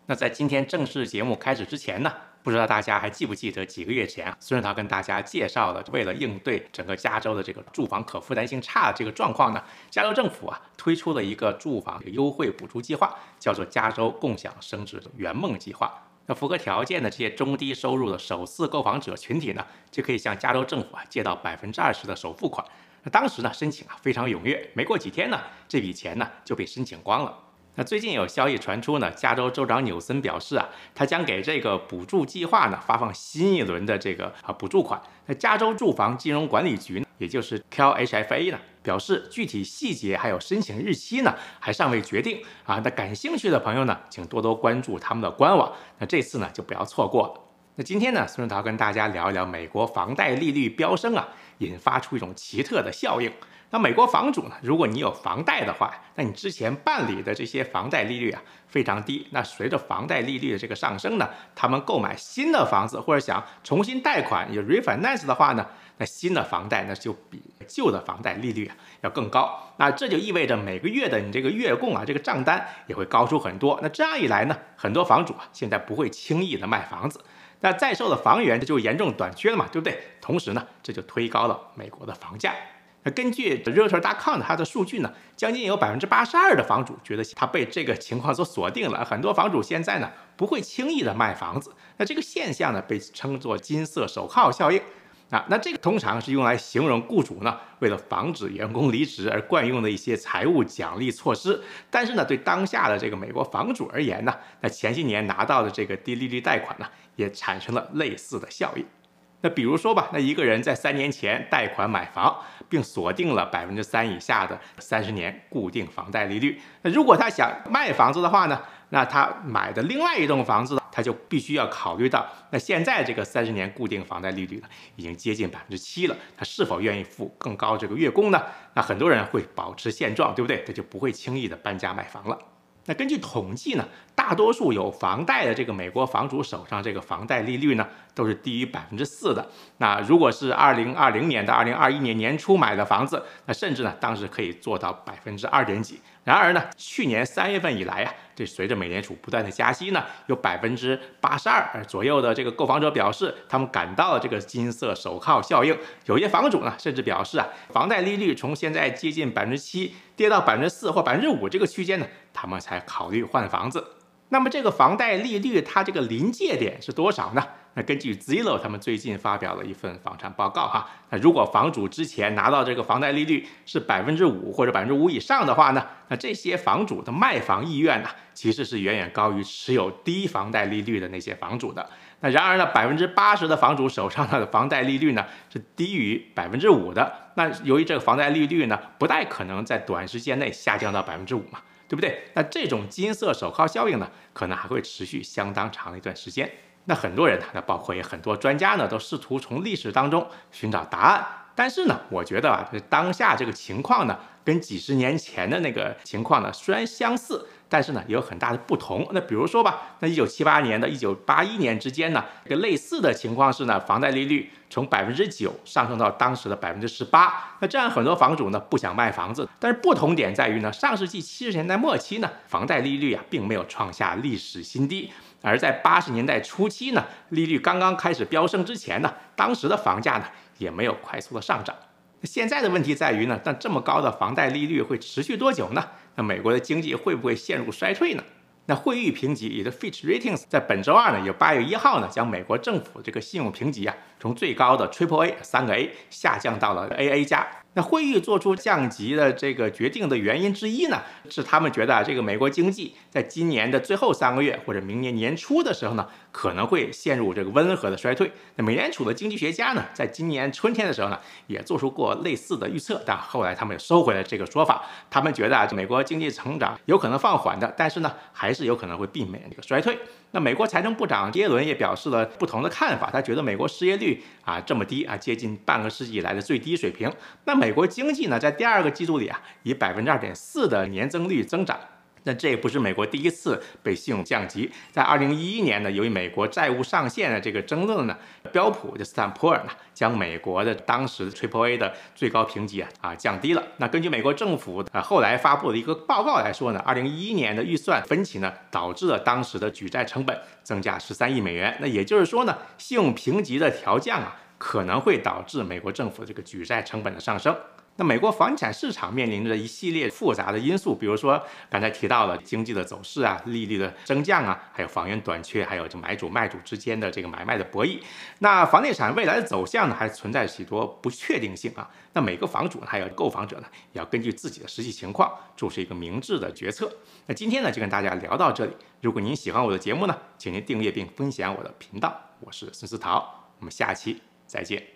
那在今天正式节目开始之前呢，不知道大家还记不记得几个月前啊，孙润涛跟大家介绍了，为了应对整个加州的这个住房可负担性差的这个状况呢，加州政府啊推出了一个住房优惠补助计划，叫做加州共享升值圆梦计划。那符合条件的这些中低收入的首次购房者群体呢，就可以向加州政府借到20%的首付款。那当时呢，申请非常踊跃，没过几天呢，这笔钱呢就被申请光了。那最近有消息传出呢，加州州长纽森表示啊，他将给这个补助计划呢发放新一轮的这个补助款。那加州住房金融管理局呢，也就是 CalHFA 呢，表示具体细节还有申请日期呢还尚未决定啊。那感兴趣的朋友呢，请多多关注他们的官网。那这次呢就不要错过了。那今天呢，孙润涛跟大家聊一聊美国房贷利率飙升啊，引发出一种奇特的效应。那美国房主呢，如果你有房贷的话，那你之前办理的这些房贷利率啊非常低。那随着房贷利率的这个上升呢，他们购买新的房子或者想重新贷款有 refinance 的话呢，那新的房贷呢就比旧的房贷利率要更高。那这就意味着每个月的你这个月供啊，这个账单也会高出很多。那这样一来呢，很多房主啊现在不会轻易的卖房子。那在售的房源就严重短缺了嘛，对不对？同时呢，这就推高了美国的房价。那根据 Realtor.com 它的数据呢，将近有82%的房主觉得他被这个情况所锁定了。很多房主现在呢不会轻易的卖房子。那这个现象呢被称作金色手铐效应。那这个通常是用来形容雇主呢为了防止员工离职而惯用的一些财务奖励措施。但是呢，对当下的这个美国房主而言呢，那前些年拿到的这个低利率贷款呢，也产生了类似的效应。那比如说吧，那一个人在3年前贷款买房，并锁定了3%以下的30年固定房贷利率。那如果他想卖房子的话呢，那他买的另外一栋房子，他就必须要考虑到，那现在这个30年固定房贷利率呢，已经接近7%了，他是否愿意付更高这个月供呢？那很多人会保持现状，对不对？他就不会轻易的搬家买房了。那根据统计呢，大多数有房贷的这个美国房主手上这个房贷利率呢，都是低于4%的。那如果是2020年到2021年年初买的房子，那甚至呢，当时可以做到2%几。然而呢，去年3月份以来啊，这随着美联储不断的加息呢，有82%左右的这个购房者表示，他们感到了这个金色手铐效应。有些房主呢，甚至表示啊，房贷利率从现在接近7%跌到4%或5%这个区间呢，他们才考虑换房子。那么这个房贷利率它这个临界点是多少呢？那根据 Zillow 他们最近发表了一份访谈报告哈，那如果房主之前拿到这个房贷利率是5%或者5%以上的话呢，那这些房主的卖房意愿呢，其实是远远高于持有低房贷利率的那些房主的。那然而呢，80%的房主手上的房贷利率呢是低于5%的。那由于这个房贷利率呢，不太可能在短时间内下降到5%嘛，对不对？那这种金色手铐效应呢，可能还会持续相当长的一段时间。那很多人呢，包括也很多专家呢，都试图从历史当中寻找答案。但是呢，我觉得啊，当下这个情况呢，跟几十年前的那个情况呢，虽然相似，但是呢，也有很大的不同。那比如说吧，那1978年到1981年之间呢，这个类似的情况是呢，房贷利率从9%上升到当时的18%。那这样很多房主呢不想卖房子，但是不同点在于呢，上世纪70年代末期呢，房贷利率啊并没有创下历史新低。而在80年代初期呢，利率刚刚开始飙升之前呢，当时的房价呢也没有快速的上涨。现在的问题在于呢，但这么高的房贷利率会持续多久呢？那美国的经济会不会陷入衰退呢？那惠誉评级也就是 Fitch Ratings 在本周二呢，也8月1号呢，将美国政府这个信用评级啊，从最高的 Triple A3个 A 下降到了 AA 加。那惠誉做出降级的这个决定的原因之一呢，是他们觉得这个美国经济在今年的最后3个月或者明年年初的时候呢，可能会陷入这个温和的衰退。那美联储的经济学家呢，在今年春天的时候呢，也做出过类似的预测，但后来他们也收回了这个说法。他们觉得美国经济成长有可能放缓的，但是呢，还是有可能会避免这个衰退。那美国财政部长耶伦也表示了不同的看法，他觉得美国失业率这么低接近半个世纪以来的最低水平。那美国经济呢，在第2个季度里以2.4%的年增率增长。 那这也不是美国第一次被信用降级。在2011年呢，由于美国债务上限的这个争论呢，标普就斯坦普尔呢，将美国的当时 AAA 的最高评级降低了。那根据美国政府后来发布的一个报告来说呢，2011年的预算分歧呢，导致了当时的举债成本增加13亿美元。那也就是说呢，信用评级的调降可能会导致美国政府这个举债成本的上升。那美国房地产市场面临着一系列复杂的因素，比如说刚才提到了经济的走势利率的升降还有房源短缺，还有这买主卖主之间的这个买卖的博弈。那房地产未来的走向呢，还存在许多不确定性那每个房主还有购房者呢，也要根据自己的实际情况做出一个明智的决策。那今天呢，就跟大家聊到这里。如果您喜欢我的节目呢，请您订阅并分享我的频道。我是孙思陶，我们下期再见。